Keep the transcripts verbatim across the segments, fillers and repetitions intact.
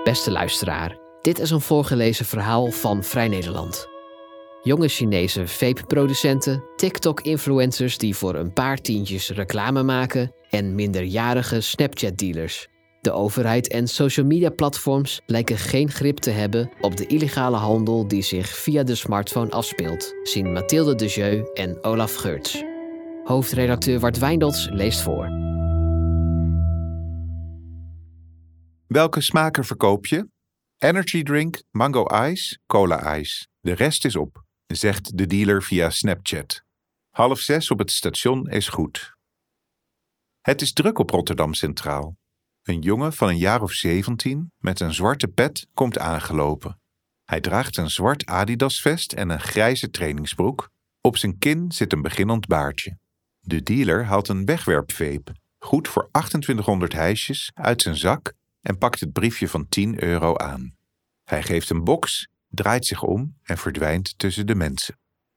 Beste luisteraar, dit is een voorgelezen verhaal van Vrij Nederland. Jonge Chinese vape-producenten, TikTok-influencers die voor een paar tientjes reclame maken en minderjarige Snapchat-dealers. De overheid en social media-platforms lijken geen grip te hebben op de illegale handel die zich via de smartphone afspeelt, zien Mathilde Dejeu en Olaf Geurts. Hoofdredacteur Wart Wijndels leest voor. Welke smaken verkoop je? Energy drink, mango ice, cola ice. De rest is op, zegt de dealer via Snapchat. Half zes op het station is goed. Het is druk op Rotterdam Centraal. Een jongen van een jaar of zeventien met een zwarte pet komt aangelopen. Hij draagt een zwart Adidas-vest en een grijze trainingsbroek. Op zijn kin zit een beginnend baardje. De dealer haalt een wegwerpvape, goed voor achtentwintighonderd hijsjes, uit zijn zak en pakt het briefje van tien euro aan. Hij geeft een box, draait zich om en verdwijnt tussen de mensen.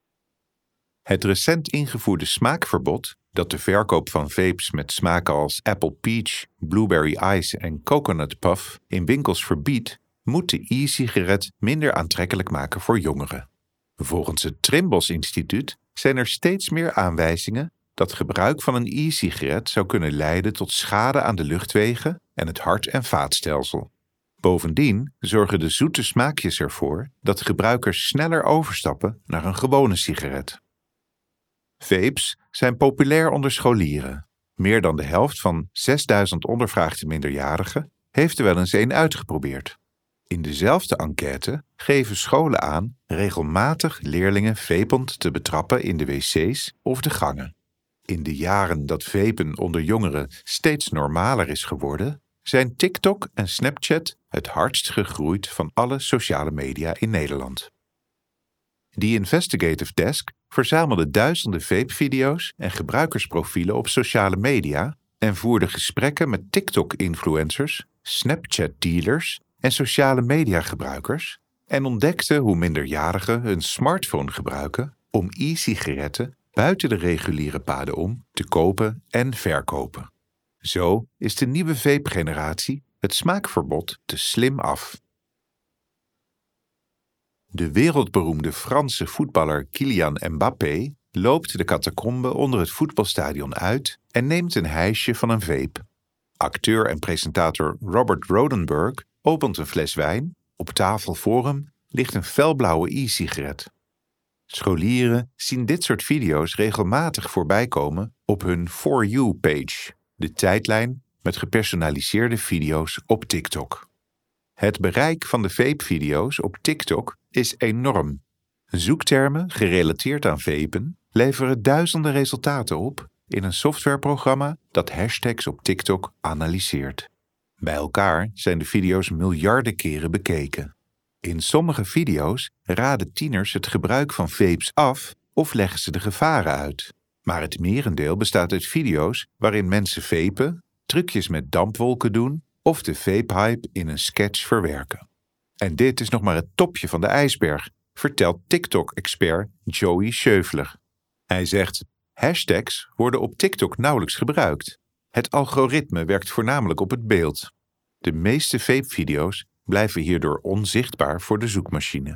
Het recent ingevoerde smaakverbod, dat de verkoop van vapes met smaken als Apple Peach, Blueberry Ice en Coconut Puff in winkels verbiedt, moet de e-sigaret minder aantrekkelijk maken voor jongeren. Volgens het Trimbos Instituut zijn er steeds meer aanwijzingen dat gebruik van een e-sigaret zou kunnen leiden tot schade aan de luchtwegen en het hart- en vaatstelsel. Bovendien zorgen de zoete smaakjes ervoor dat gebruikers sneller overstappen naar een gewone sigaret. Vapes zijn populair onder scholieren. Meer dan de helft van zesduizend ondervraagde minderjarigen heeft er wel eens een uitgeprobeerd. In dezelfde enquête geven scholen aan regelmatig leerlingen vapend te betrappen in de wc's of de gangen. In de jaren dat vapen onder jongeren steeds normaler is geworden, zijn TikTok en Snapchat het hardst gegroeid van alle sociale media in Nederland. The Investigative Desk verzamelde duizenden vape-video's en gebruikersprofielen op sociale media en voerde gesprekken met TikTok-influencers, Snapchat-dealers en sociale media-gebruikers en ontdekte hoe minderjarigen hun smartphone gebruiken om e-sigaretten buiten de reguliere paden om te kopen en verkopen. Zo is de nieuwe vape-generatie het smaakverbod te slim af. De wereldberoemde Franse voetballer Kylian Mbappé loopt de catacombe onder het voetbalstadion uit en neemt een hijsje van een vape. Acteur en presentator Robert Roddenberry opent een fles wijn. Op tafel voor hem ligt een felblauwe e-sigaret. Scholieren zien dit soort video's regelmatig voorbij komen op hun For You-page, de tijdlijn met gepersonaliseerde video's op TikTok. Het bereik van de vape-video's op TikTok is enorm. Zoektermen gerelateerd aan vapen leveren duizenden resultaten op in een softwareprogramma dat hashtags op TikTok analyseert. Bij elkaar zijn de video's miljarden keren bekeken. In sommige video's raden tieners het gebruik van vapes af of leggen ze de gevaren uit. Maar het merendeel bestaat uit video's waarin mensen vapen, trucjes met dampwolken doen of de vape-hype in een sketch verwerken. En dit is nog maar het topje van de ijsberg, vertelt TikTok-expert Joey Schöfler. Hij zegt, hashtags worden op TikTok nauwelijks gebruikt. Het algoritme werkt voornamelijk op het beeld. De meeste vape-video's blijven hierdoor onzichtbaar voor de zoekmachine.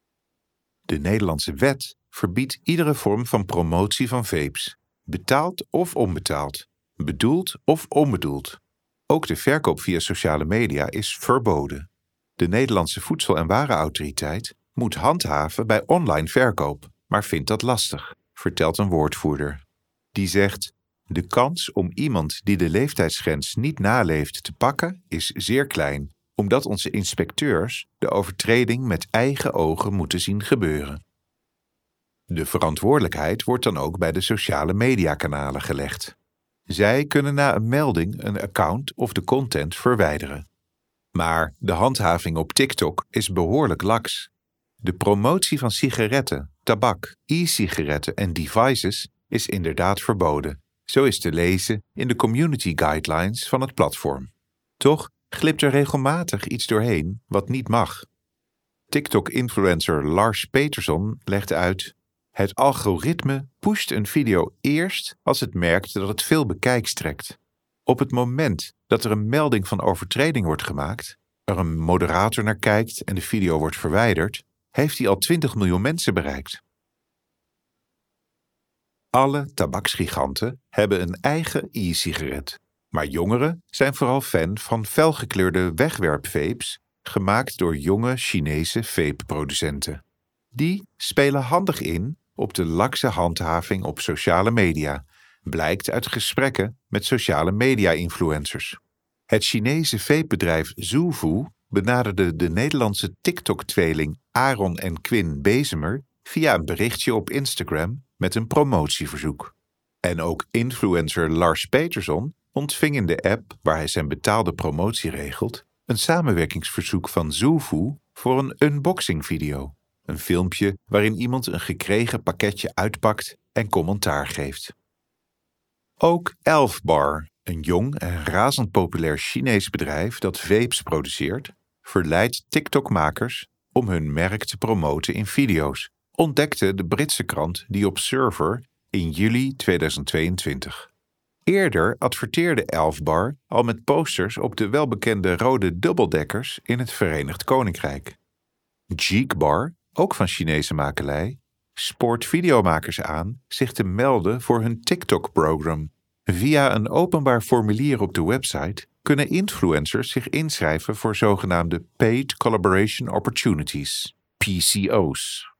De Nederlandse wet verbiedt iedere vorm van promotie van vapes, betaald of onbetaald, bedoeld of onbedoeld. Ook de verkoop via sociale media is verboden. De Nederlandse Voedsel- en Warenautoriteit moet handhaven bij online verkoop, maar vindt dat lastig, vertelt een woordvoerder. Die zegt, de kans om iemand die de leeftijdsgrens niet naleeft te pakken is zeer klein, omdat onze inspecteurs de overtreding met eigen ogen moeten zien gebeuren. De verantwoordelijkheid wordt dan ook bij de sociale mediakanalen gelegd. Zij kunnen na een melding een account of de content verwijderen. Maar de handhaving op TikTok is behoorlijk laks. De promotie van sigaretten, tabak, e-sigaretten en devices is inderdaad verboden. Zo is te lezen in de community guidelines van het platform. Toch glipt er regelmatig iets doorheen wat niet mag. TikTok-influencer Lars Peterson legt uit: het algoritme pusht een video eerst als het merkt dat het veel bekijks trekt. Op het moment dat er een melding van overtreding wordt gemaakt, er een moderator naar kijkt en de video wordt verwijderd, heeft hij al twintig miljoen mensen bereikt. Alle tabaksgiganten hebben een eigen e-sigaret, maar jongeren zijn vooral fan van felgekleurde wegwerpvapes gemaakt door jonge Chinese vape-producenten. Die spelen handig in op de lakse handhaving op sociale media, blijkt uit gesprekken met sociale media-influencers. Het Chinese vapebedrijf Zhufu benaderde de Nederlandse TikTok-tweeling Aaron en Quinn Bezemer via een berichtje op Instagram met een promotieverzoek. En ook influencer Lars Peterson ontving in de app waar hij zijn betaalde promotie regelt een samenwerkingsverzoek van Zhufu voor een unboxing-video. Een filmpje waarin iemand een gekregen pakketje uitpakt en commentaar geeft. Ook Elfbar, een jong en razend populair Chinees bedrijf dat vapes produceert, verleidt TikTok-makers om hun merk te promoten in video's, ontdekte de Britse krant The Observer in juli tweeduizend tweeëntwintig. Eerder adverteerde Elfbar al met posters op de welbekende rode dubbeldekkers in het Verenigd Koninkrijk. Geekbar, ook van Chinese makelij, spoort videomakers aan zich te melden voor hun TikTok-program. Via een openbaar formulier op de website kunnen influencers zich inschrijven voor zogenaamde Paid Collaboration Opportunities, P C O's.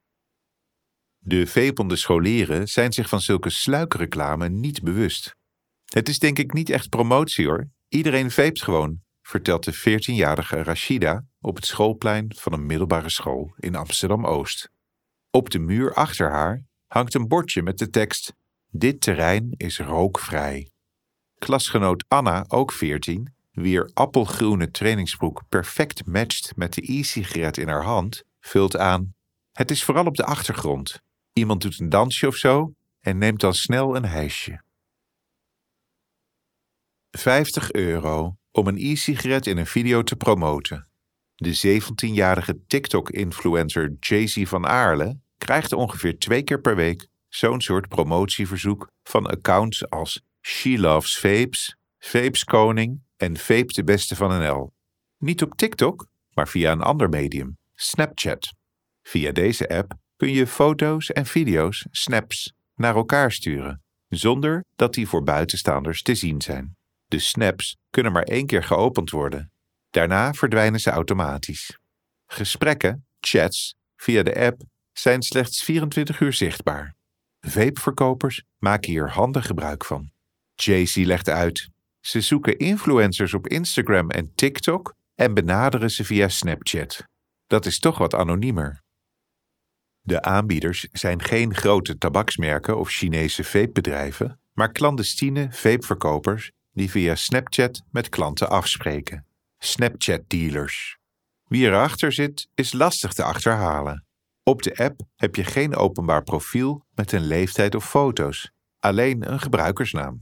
De vapende scholieren zijn zich van zulke sluikreclame niet bewust. Het is denk ik niet echt promotie hoor, iedereen vapt gewoon, vertelt de veertienjarige Rashida op het schoolplein van een middelbare school in Amsterdam-Oost. Op de muur achter haar hangt een bordje met de tekst: "Dit terrein is rookvrij." Klasgenoot Anna, ook veertien, wier appelgroene trainingsbroek perfect matcht met de e-sigaret in haar hand, vult aan: "Het is vooral op de achtergrond. Iemand doet een dansje of zo en neemt dan snel een hijsje." vijftig euro om een e-sigaret in een video te promoten. De zeventienjarige TikTok-influencer Jaycee van Aarle krijgt ongeveer twee keer per week zo'n soort promotieverzoek van accounts als She Loves Vapes, Vapes Koning en Vape de Beste van N L. Niet op TikTok, maar via een ander medium, Snapchat. Via deze app kun je foto's en video's, snaps, naar elkaar sturen, zonder dat die voor buitenstaanders te zien zijn. De snaps kunnen maar één keer geopend worden. Daarna verdwijnen ze automatisch. Gesprekken, chats, via de app zijn slechts vierentwintig uur zichtbaar. Vapeverkopers maken hier handig gebruik van. Jaycee legt uit: ze zoeken influencers op Instagram en TikTok en benaderen ze via Snapchat. Dat is toch wat anoniemer. De aanbieders zijn geen grote tabaksmerken of Chinese vapebedrijven, maar clandestine vapeverkopers die via Snapchat met klanten afspreken. Snapchat-dealers. Wie erachter zit, is lastig te achterhalen. Op de app heb je geen openbaar profiel met een leeftijd of foto's, alleen een gebruikersnaam.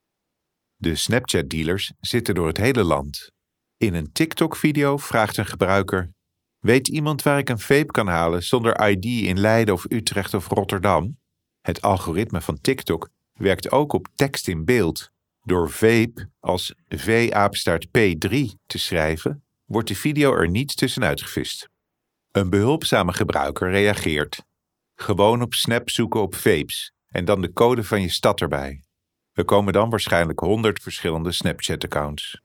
De Snapchat-dealers zitten door het hele land. In een TikTok-video vraagt een gebruiker: weet iemand waar ik een vape kan halen zonder I D in Leiden of Utrecht of Rotterdam? Het algoritme van TikTok werkt ook op tekst in beeld. Door vape als V P drie te schrijven, wordt de video er niet tussenuit gevist. Een behulpzame gebruiker reageert: gewoon op Snap zoeken op vapes en dan de code van je stad erbij. Er komen dan waarschijnlijk honderd verschillende Snapchat-accounts.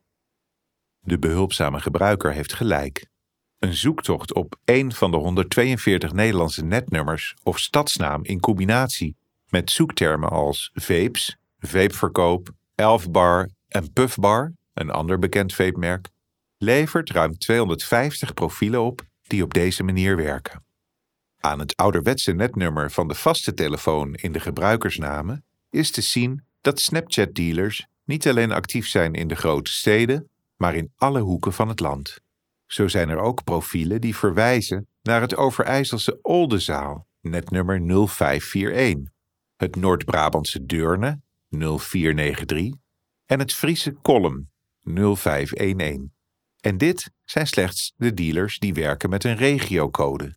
De behulpzame gebruiker heeft gelijk. Een zoektocht op één van de honderdtweeënveertig Nederlandse netnummers of stadsnaam in combinatie met zoektermen als vapes, vapeverkoop, Elfbar en Puffbar, een ander bekend vapemerk, levert ruim tweehonderdvijftig profielen op die op deze manier werken. Aan het ouderwetse netnummer van de vaste telefoon in de gebruikersnamen is te zien dat Snapchat-dealers niet alleen actief zijn in de grote steden, maar in alle hoeken van het land. Zo zijn er ook profielen die verwijzen naar het Overijsselse Oldenzaal, netnummer nul vijf vier een, het Noord-Brabantse Deurne, nul vier negen drie, en het Friese Kolm, nul vijf een een. En dit zijn slechts de dealers die werken met een regiocode.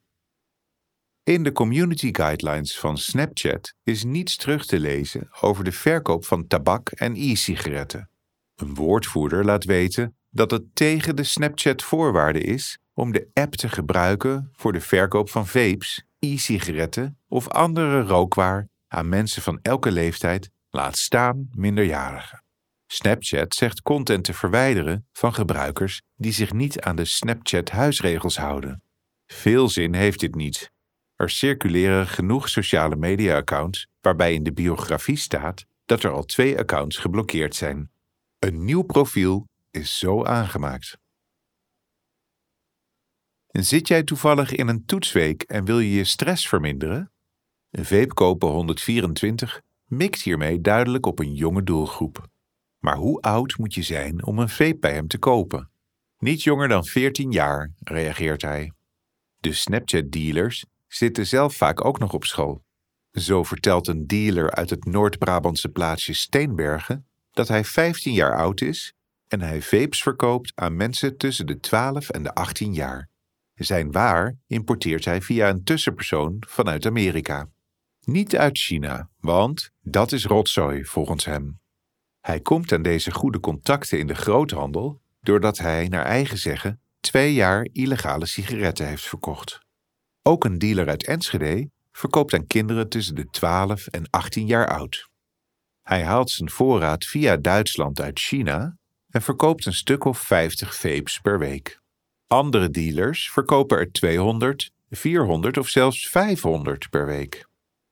In de community guidelines van Snapchat is niets terug te lezen over de verkoop van tabak en e-sigaretten. Een woordvoerder laat weten dat het tegen de Snapchat-voorwaarden is om de app te gebruiken voor de verkoop van vapes, e-sigaretten of andere rookwaar aan mensen van elke leeftijd, laat staan minderjarigen. Snapchat zegt content te verwijderen van gebruikers die zich niet aan de Snapchat-huisregels houden. Veel zin heeft dit niet. Er circuleren genoeg sociale media-accounts waarbij in de biografie staat dat er al twee accounts geblokkeerd zijn. Een nieuw profiel is zo aangemaakt. Zit jij toevallig in een toetsweek en wil je je stress verminderen? Vapekoper honderdvierentwintig mikt hiermee duidelijk op een jonge doelgroep. Maar hoe oud moet je zijn om een vape bij hem te kopen? Niet jonger dan veertien jaar, reageert hij. De Snapchat-dealers zitten zelf vaak ook nog op school. Zo vertelt een dealer uit het Noord-Brabantse plaatsje Steenbergen dat hij vijftien jaar oud is en hij vapes verkoopt aan mensen tussen de twaalf en de achttien jaar. Zijn waar importeert hij via een tussenpersoon vanuit Amerika. Niet uit China, want dat is rotzooi volgens hem. Hij komt aan deze goede contacten in de groothandel doordat hij, naar eigen zeggen, twee jaar illegale sigaretten heeft verkocht. Ook een dealer uit Enschede verkoopt aan kinderen tussen de twaalf en achttien jaar oud. Hij haalt zijn voorraad via Duitsland uit China en verkoopt een stuk of vijftig vapes per week. Andere dealers verkopen er tweehonderd, vierhonderd of zelfs vijfhonderd per week.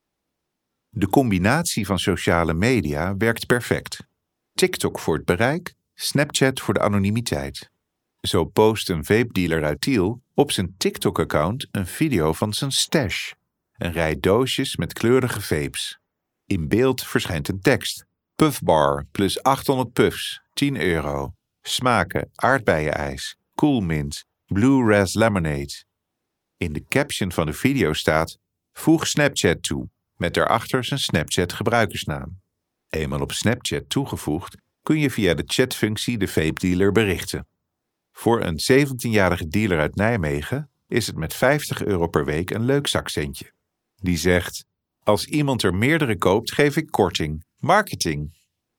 De combinatie van sociale media werkt perfect. TikTok voor het bereik, Snapchat voor de anonimiteit. Zo post een vape-dealer uit Tiel op zijn TikTok-account een video van zijn stash, een rij doosjes met kleurige vapes. In beeld verschijnt een tekst. Puffbar plus achthonderd puffs, tien euro. Smaken, aardbeienijs, Coolmint, Blue Raz Lemonade. In de caption van de video staat: voeg Snapchat toe, met daarachter zijn Snapchat-gebruikersnaam. Eenmaal op Snapchat toegevoegd, kun je via de chatfunctie de vape-dealer berichten. Voor een zeventienjarige dealer uit Nijmegen is het met vijftig euro per week een leuk zakcentje. Die zegt: als iemand er meerdere koopt, geef ik korting. Marketing.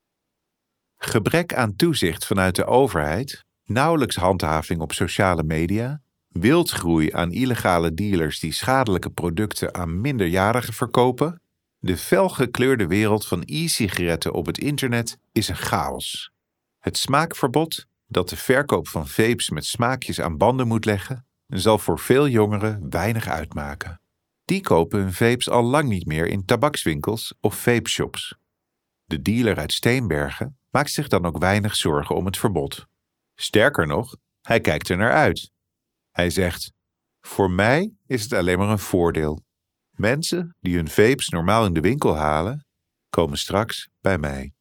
Gebrek aan toezicht vanuit de overheid, nauwelijks handhaving op sociale media, wildgroei aan illegale dealers die schadelijke producten aan minderjarigen verkopen, de felgekleurde wereld van e-sigaretten op het internet is een chaos. Het smaakverbod, dat de verkoop van vapes met smaakjes aan banden moet leggen, zal voor veel jongeren weinig uitmaken. Die kopen hun vapes al lang niet meer in tabakswinkels of vapeshops. De dealer uit Steenbergen maakt zich dan ook weinig zorgen om het verbod. Sterker nog, hij kijkt er naar uit. Hij zegt: voor mij is het alleen maar een voordeel. Mensen die hun vapes normaal in de winkel halen, komen straks bij mij.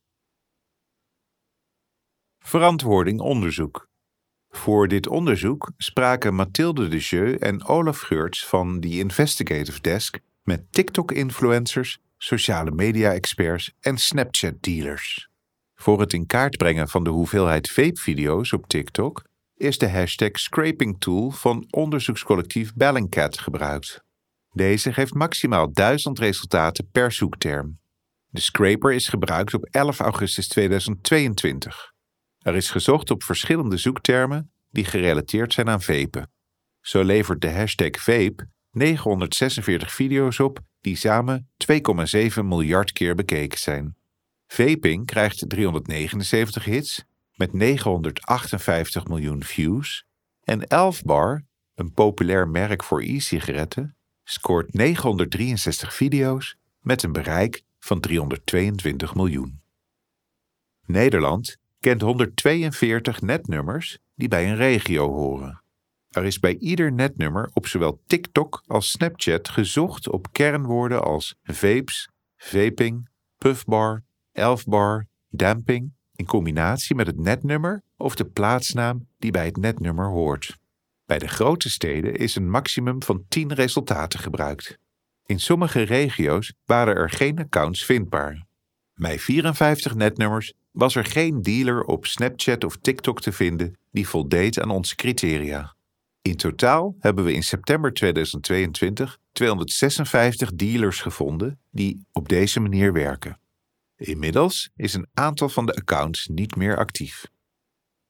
Verantwoording onderzoek. Voor dit onderzoek spraken Mathilde de Jeu en Olaf Geurts van The Investigative Desk met TikTok-influencers, sociale media-experts en Snapchat-dealers. Voor het in kaart brengen van de hoeveelheid vape-video's op TikTok is de hashtag scraping tool van onderzoekscollectief Bellingcat gebruikt. Deze geeft maximaal duizend resultaten per zoekterm. De scraper is gebruikt op elf augustus tweeduizend tweeëntwintig. Er is gezocht op verschillende zoektermen die gerelateerd zijn aan vapen. Zo levert de hashtag vape negenhonderdzesenveertig video's op die samen twee komma zeven miljard keer bekeken zijn. Vaping krijgt driehonderdnegenenzeventig hits met negenhonderdachtenvijftig miljoen views en Elfbar, een populair merk voor e-sigaretten, scoort negenhonderddrieënzestig video's met een bereik van driehonderdtweeëntwintig miljoen. Nederland kent honderdtweeënveertig netnummers die bij een regio horen. Er is bij ieder netnummer op zowel TikTok als Snapchat gezocht op kernwoorden als vapes, vaping, puffbar, elfbar, damping in combinatie met het netnummer of de plaatsnaam die bij het netnummer hoort. Bij de grote steden is een maximum van tien resultaten gebruikt. In sommige regio's waren er geen accounts vindbaar. Bij vierenvijftig netnummers was er geen dealer op Snapchat of TikTok te vinden die voldeed aan onze criteria. In totaal hebben we in september tweeduizend tweeëntwintig tweehonderdzesenvijftig dealers gevonden die op deze manier werken. Inmiddels is een aantal van de accounts niet meer actief.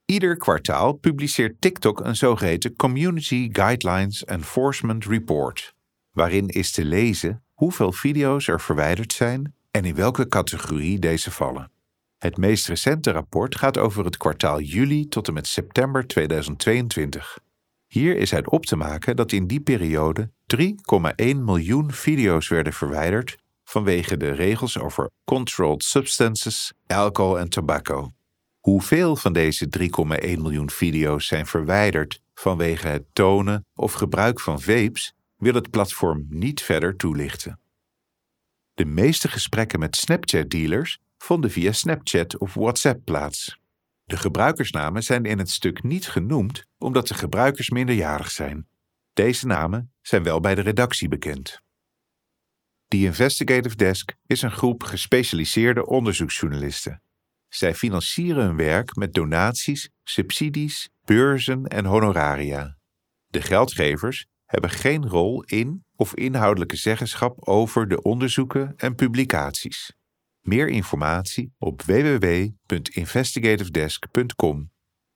Ieder kwartaal publiceert TikTok een zogeheten Community Guidelines Enforcement Report, waarin is te lezen hoeveel video's er verwijderd zijn en in welke categorie deze vallen. Het meest recente rapport gaat over het kwartaal juli tot en met september tweeduizend tweeëntwintig. Hier is uit op te maken dat in die periode drie komma één miljoen video's werden verwijderd vanwege de regels over controlled substances, alcohol en tobacco. Hoeveel van deze drie komma één miljoen video's zijn verwijderd vanwege het tonen of gebruik van vapes, wil het platform niet verder toelichten. De meeste gesprekken met Snapchat-dealers vonden via Snapchat of WhatsApp plaats. De gebruikersnamen zijn in het stuk niet genoemd omdat de gebruikers minderjarig zijn. Deze namen zijn wel bij de redactie bekend. The Investigative Desk is een groep gespecialiseerde onderzoeksjournalisten. Zij financieren hun werk met donaties, subsidies, beurzen en honoraria. De geldgevers hebben geen rol in of inhoudelijke zeggenschap over de onderzoeken en publicaties. Meer informatie op w w w punt investigativedesk punt com.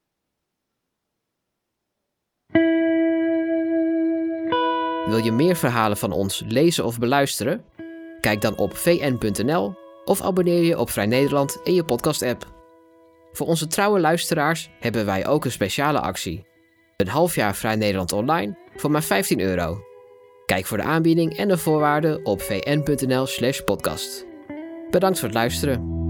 Wil je meer verhalen van ons lezen of beluisteren? Kijk dan op v n punt n l of abonneer je op Vrij Nederland in je podcast-app. Voor onze trouwe luisteraars hebben wij ook een speciale actie. Een half jaar Vrij Nederland online voor maar vijftien euro. Kijk voor de aanbieding en de voorwaarden op v n punt n l slash podcast. Bedankt voor het luisteren.